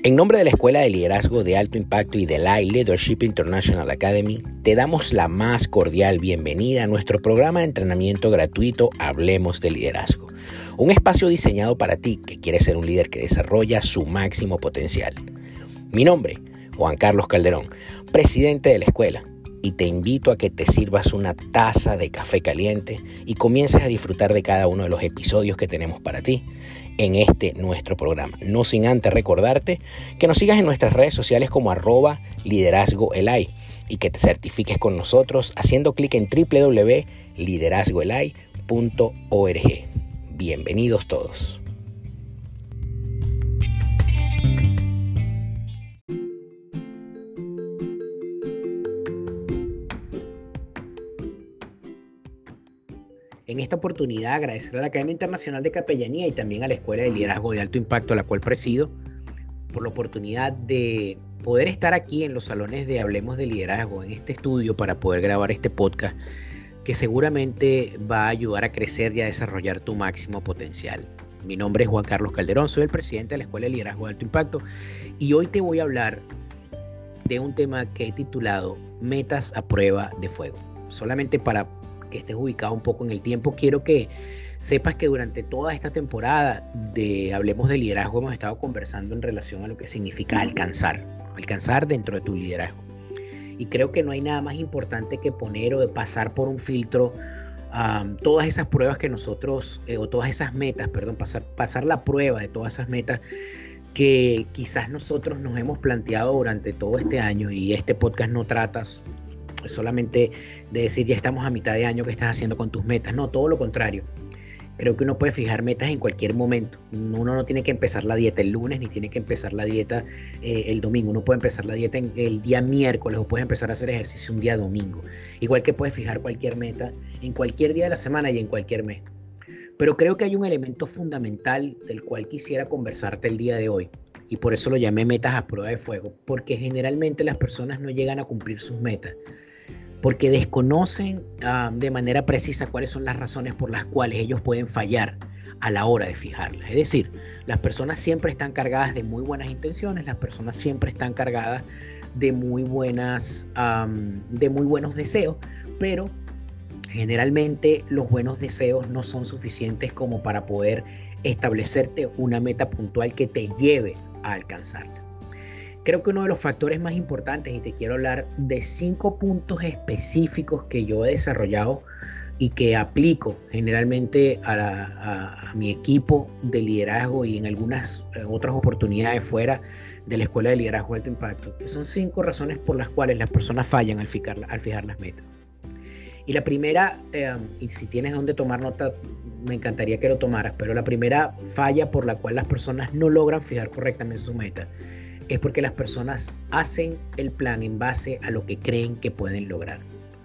En nombre de la Escuela de Liderazgo de Alto Impacto y de la Leadership International Academy, te damos la más cordial bienvenida a nuestro programa de entrenamiento gratuito Hablemos de Liderazgo, un espacio diseñado para ti que quieres ser un líder que desarrolla su máximo potencial. Mi nombre, Juan Carlos Calderón, presidente de la escuela, y te invito a que te sirvas una taza de café caliente y comiences a disfrutar de cada uno de los episodios que tenemos para ti en nuestro programa. No sin antes recordarte que nos sigas en nuestras redes sociales como @liderazgoelai y que te certifiques con nosotros haciendo clic en www.liderazgoelai.org. Bienvenidos todos. En esta oportunidad, agradecer a la Academia Internacional de Capellanía y también a la Escuela de Liderazgo de Alto Impacto, a la cual presido, por la oportunidad de poder estar aquí en los salones de Hablemos de Liderazgo, en este estudio, para poder grabar este podcast que seguramente va a ayudar a crecer y a desarrollar tu máximo potencial. Mi nombre es Juan Carlos Calderón, soy el presidente de la Escuela de Liderazgo de Alto Impacto y hoy te voy a hablar de un tema que he titulado Metas a prueba de fuego. Solamente para que estés ubicado un poco en el tiempo, quiero que sepas que durante toda esta temporada de Hablemos de Liderazgo hemos estado conversando en relación a lo que significa alcanzar dentro de tu liderazgo. Y creo que no hay nada más importante que poner o de pasar por un filtro todas esas pruebas que nosotros, o todas esas metas, pasar la prueba de todas esas metas que quizás nosotros nos hemos planteado durante todo este año. Y este podcast no trata solamente de decir ya estamos a mitad de año, ¿qué estás haciendo con tus metas? No, todo lo contrario. Creo que uno puede fijar metas en cualquier momento. Uno no tiene que empezar la dieta el lunes ni tiene que empezar la dieta el domingo. Uno puede empezar la dieta el día miércoles o puedes empezar a hacer ejercicio un día domingo. Igual que puedes fijar cualquier meta en cualquier día de la semana y en cualquier mes. Pero creo que hay un elemento fundamental del cual quisiera conversarte el día de hoy. Y por eso lo llamé metas a prueba de fuego. Porque generalmente las personas no llegan a cumplir sus metas porque desconocen de manera precisa cuáles son las razones por las cuales ellos pueden fallar a la hora de fijarlas. Es decir, las personas siempre están cargadas de muy buenas intenciones, las personas siempre están cargadas de muy buenos deseos, pero generalmente los buenos deseos no son suficientes como para poder establecerte una meta puntual que te lleve a alcanzarla. Creo que uno de los factores más importantes, y te quiero hablar de 5 puntos específicos que yo he desarrollado y que aplico generalmente a mi equipo de liderazgo y en algunas otras oportunidades fuera de la Escuela de Liderazgo de Alto Impacto, que son 5 razones por las cuales las personas fallan al fijar las metas. Y la primera, y si tienes donde tomar nota, me encantaría que lo tomaras, pero la primera falla por la cual las personas no logran fijar correctamente su meta es porque las personas hacen el plan en base a lo que creen que pueden lograr.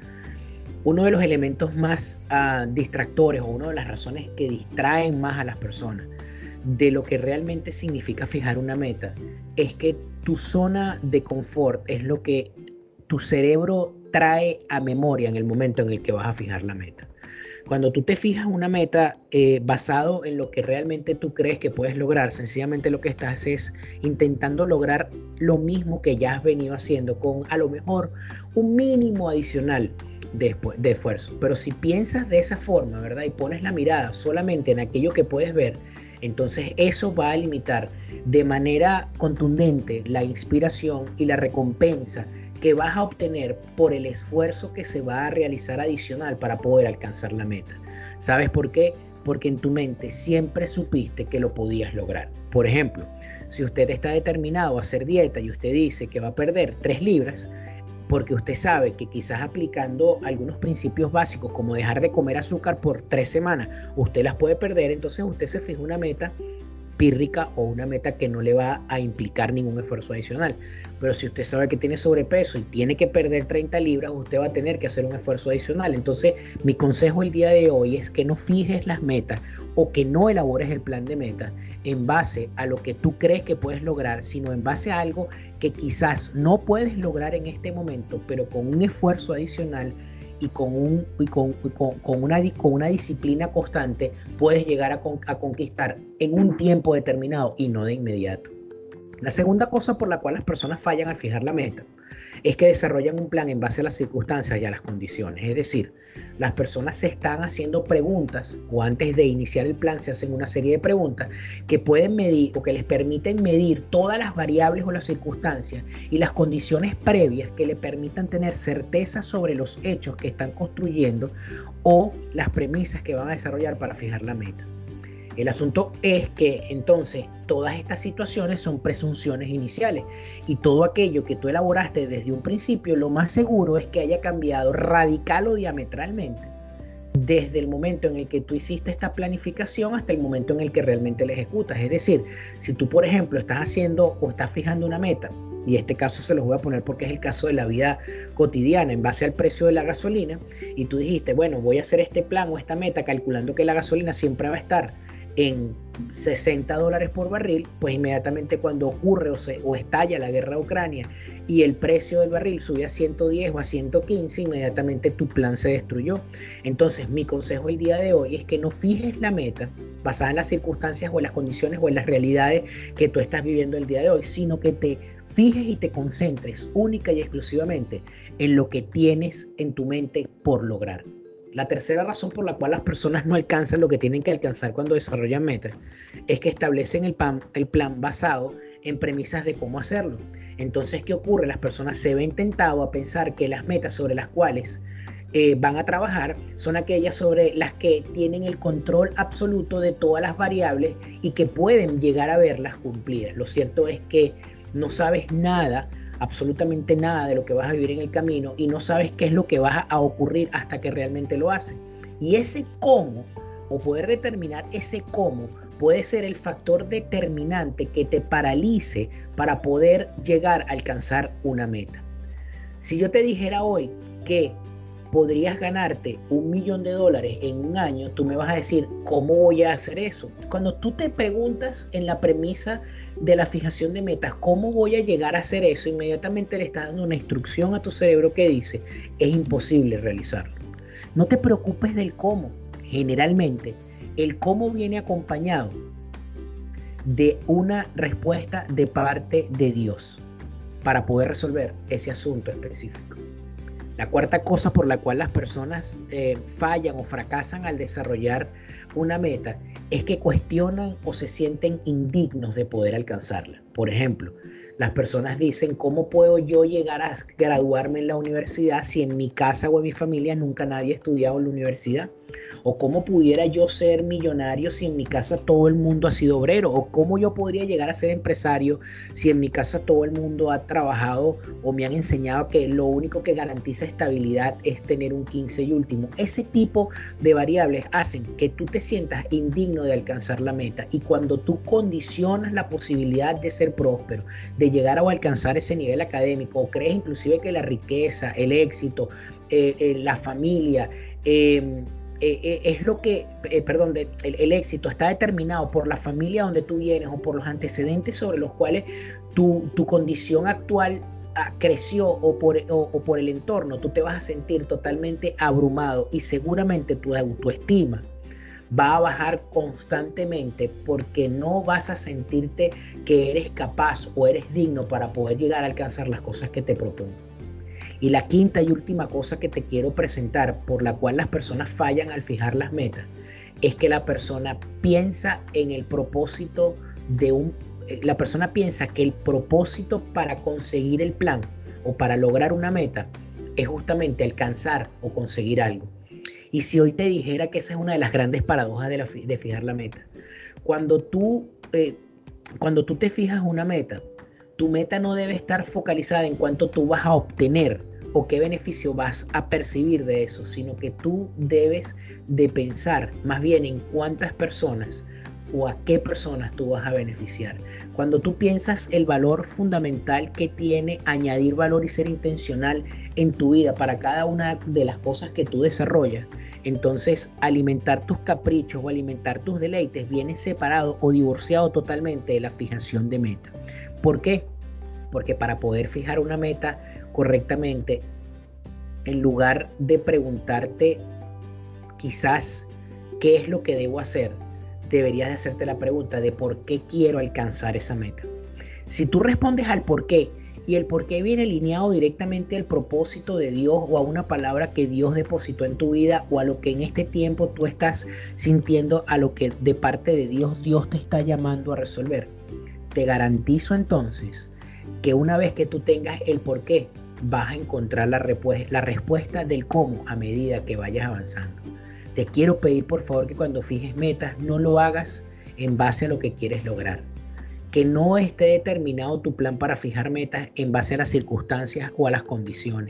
Uno de los elementos más distractores o una de las razones que distraen más a las personas de lo que realmente significa fijar una meta es que tu zona de confort es lo que tu cerebro trae a memoria en el momento en el que vas a fijar la meta. Cuando tú te fijas una meta basado en lo que realmente tú crees que puedes lograr, sencillamente lo que estás es intentando lograr lo mismo que ya has venido haciendo con a lo mejor un mínimo adicional de esfuerzo. Pero si piensas de esa forma, ¿verdad? Y pones la mirada solamente en aquello que puedes ver, entonces eso va a limitar de manera contundente la inspiración y la recompensa que vas a obtener por el esfuerzo que se va a realizar adicional para poder alcanzar la meta. ¿Sabes por qué? Porque en tu mente siempre supiste que lo podías lograr. Por ejemplo, si usted está determinado a hacer dieta y usted dice que va a perder 3 libras, porque usted sabe que quizás aplicando algunos principios básicos como dejar de comer azúcar por 3 semanas, usted las puede perder, entonces usted se fija una meta pírrica o una meta que no le va a implicar ningún esfuerzo adicional. Pero si usted sabe que tiene sobrepeso y tiene que perder 30 libras, usted va a tener que hacer un esfuerzo adicional. Entonces, mi consejo el día de hoy es que no fijes las metas o que no elabores el plan de metas en base a lo que tú crees que puedes lograr, sino en base a algo que quizás no puedes lograr en este momento, pero con un esfuerzo adicional y con una disciplina constante puedes llegar a conquistar en un tiempo determinado y no de inmediato. La segunda cosa por la cual las personas fallan al fijar la meta es que desarrollan un plan en base a las circunstancias y a las condiciones. Es decir, las personas se están haciendo preguntas o antes de iniciar el plan se hacen una serie de preguntas que pueden medir o que les permiten medir todas las variables o las circunstancias y las condiciones previas que le permitan tener certeza sobre los hechos que están construyendo o las premisas que van a desarrollar para fijar la meta. El asunto es que entonces todas estas situaciones son presunciones iniciales y todo aquello que tú elaboraste desde un principio, lo más seguro es que haya cambiado radical o diametralmente desde el momento en el que tú hiciste esta planificación hasta el momento en el que realmente la ejecutas. Es decir, si tú, por ejemplo, estás haciendo o estás fijando una meta, y este caso se los voy a poner porque es el caso de la vida cotidiana en base al precio de la gasolina, y tú dijiste, bueno, voy a hacer este plan o esta meta calculando que la gasolina siempre va a estar en $60 por barril, pues inmediatamente cuando ocurre o estalla la guerra de Ucrania y el precio del barril sube a 110 o a 115, inmediatamente tu plan se destruyó. Entonces mi consejo el día de hoy es que no fijes la meta basada en las circunstancias o en las condiciones o en las realidades que tú estás viviendo el día de hoy, sino que te fijes y te concentres única y exclusivamente en lo que tienes en tu mente por lograr. La tercera razón por la cual las personas no alcanzan lo que tienen que alcanzar cuando desarrollan metas es que establecen el plan basado en premisas de cómo hacerlo. Entonces, ¿qué ocurre? Las personas se ven tentados a pensar que las metas sobre las cuales van a trabajar son aquellas sobre las que tienen el control absoluto de todas las variables y que pueden llegar a verlas cumplidas. Lo cierto es que no sabes nada, absolutamente nada de lo que vas a vivir en el camino y no sabes qué es lo que va a ocurrir hasta que realmente lo haces. Y ese cómo, o poder determinar ese cómo, puede ser el factor determinante que te paralice para poder llegar a alcanzar una meta. Si yo te dijera hoy que podrías ganarte $1 millón en un año, tú me vas a decir, ¿cómo voy a hacer eso? Cuando tú te preguntas en la premisa de la fijación de metas, ¿cómo voy a llegar a hacer eso? Inmediatamente le estás dando una instrucción a tu cerebro que dice, es imposible realizarlo. No te preocupes del cómo. Generalmente, el cómo viene acompañado de una respuesta de parte de Dios para poder resolver ese asunto específico. La cuarta cosa por la cual las personas fallan o fracasan al desarrollar una meta es que cuestionan o se sienten indignos de poder alcanzarla. Por ejemplo, las personas dicen, ¿cómo puedo yo llegar a graduarme en la universidad si en mi casa o en mi familia nunca nadie ha estudiado en la universidad? ¿O cómo pudiera yo ser millonario si en mi casa todo el mundo ha sido obrero? ¿O cómo yo podría llegar a ser empresario si en mi casa todo el mundo ha trabajado o me han enseñado que lo único que garantiza estabilidad es tener un 15 y último? Ese tipo de variables hacen que tú te sientas indigno de alcanzar la meta, y cuando tú condicionas la posibilidad de ser próspero, de llegar a alcanzar ese nivel académico, o crees inclusive que la riqueza, el éxito, la familia, es lo que, el éxito está determinado por la familia donde tú vienes o por los antecedentes sobre los cuales tu condición actual creció o por el entorno, tú te vas a sentir totalmente abrumado y seguramente tu autoestima va a bajar constantemente porque no vas a sentirte que eres capaz o eres digno para poder llegar a alcanzar las cosas que te propongo. Y la quinta y última cosa que te quiero presentar por la cual las personas fallan al fijar las metas es que la persona piensa en el propósito la persona piensa que el propósito para conseguir el plan o para lograr una meta es justamente alcanzar o conseguir algo. Y si hoy te dijera que esa es una de las grandes paradojas de fijar la meta, cuando tú te fijas una meta, tu meta no debe estar focalizada en cuánto tú vas a obtener o qué beneficio vas a percibir de eso, sino que tú debes de pensar más bien en cuántas personas o a qué personas tú vas a beneficiar. Cuando tú piensas el valor fundamental que tiene añadir valor y ser intencional en tu vida para cada una de las cosas que tú desarrollas, entonces alimentar tus caprichos o alimentar tus deleites viene separado o divorciado totalmente de la fijación de meta. ¿Por qué? Porque para poder fijar una meta correctamente, en lugar de preguntarte quizás qué es lo que debo hacer, deberías de hacerte la pregunta de por qué quiero alcanzar esa meta. Si tú respondes al por qué, y el por qué viene alineado directamente al propósito de Dios o a una palabra que Dios depositó en tu vida o a lo que en este tiempo tú estás sintiendo, a lo que de parte de Dios te está llamando a resolver, te garantizo entonces que una vez que tú tengas el por qué, vas a encontrar la respuesta del cómo a medida que vayas avanzando. Te quiero pedir por favor que cuando fijes metas no lo hagas en base a lo que quieres lograr. Que no esté determinado tu plan para fijar metas en base a las circunstancias o a las condiciones.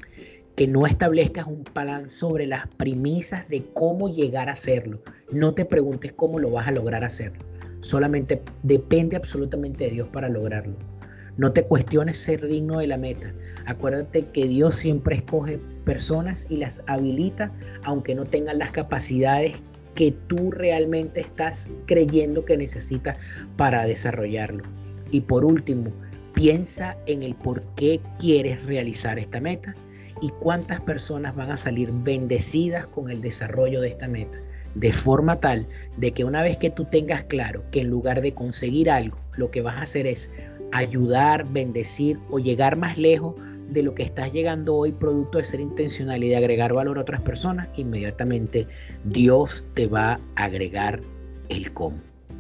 Que no establezcas un plan sobre las premisas de cómo llegar a hacerlo. No te preguntes cómo lo vas a lograr hacerlo. Solamente depende absolutamente de Dios para lograrlo. No te cuestiones ser digno de la meta. Acuérdate que Dios siempre escoge personas y las habilita aunque no tengan las capacidades que tú realmente estás creyendo que necesitas para desarrollarlo. Y por último, piensa en el por qué quieres realizar esta meta y cuántas personas van a salir bendecidas con el desarrollo de esta meta, de forma tal de que una vez que tú tengas claro que en lugar de conseguir algo, lo que vas a hacer es ayudar, bendecir o llegar más lejos de lo que estás llegando hoy, producto de ser intencional y de agregar valor a otras personas, inmediatamente Dios te va a agregar el cómo.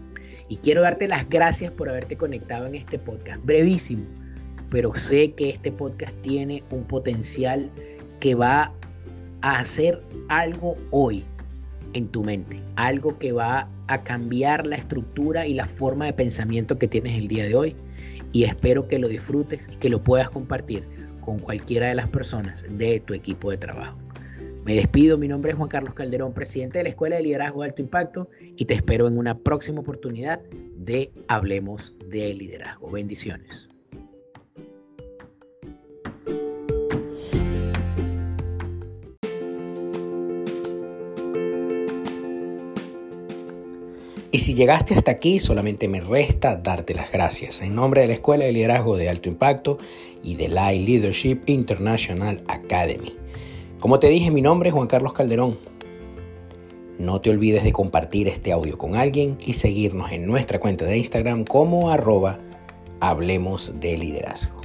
Y quiero darte las gracias por haberte conectado en este podcast, brevísimo, pero sé que este podcast tiene un potencial que va a hacer algo hoy en tu mente, algo que va a cambiar la estructura y la forma de pensamiento que tienes el día de hoy, y espero que lo disfrutes y que lo puedas compartir con cualquiera de las personas de tu equipo de trabajo. Me despido, mi nombre es Juan Carlos Calderón, presidente de la Escuela de Liderazgo de Alto Impacto, y te espero en una próxima oportunidad de Hablemos de Liderazgo. Bendiciones. Y si llegaste hasta aquí, solamente me resta darte las gracias en nombre de la Escuela de Liderazgo de Alto Impacto y de la Leadership International Academy. Como te dije, mi nombre es Juan Carlos Calderón. No te olvides de compartir este audio con alguien y seguirnos en nuestra cuenta de Instagram como @Hablemos de Liderazgo.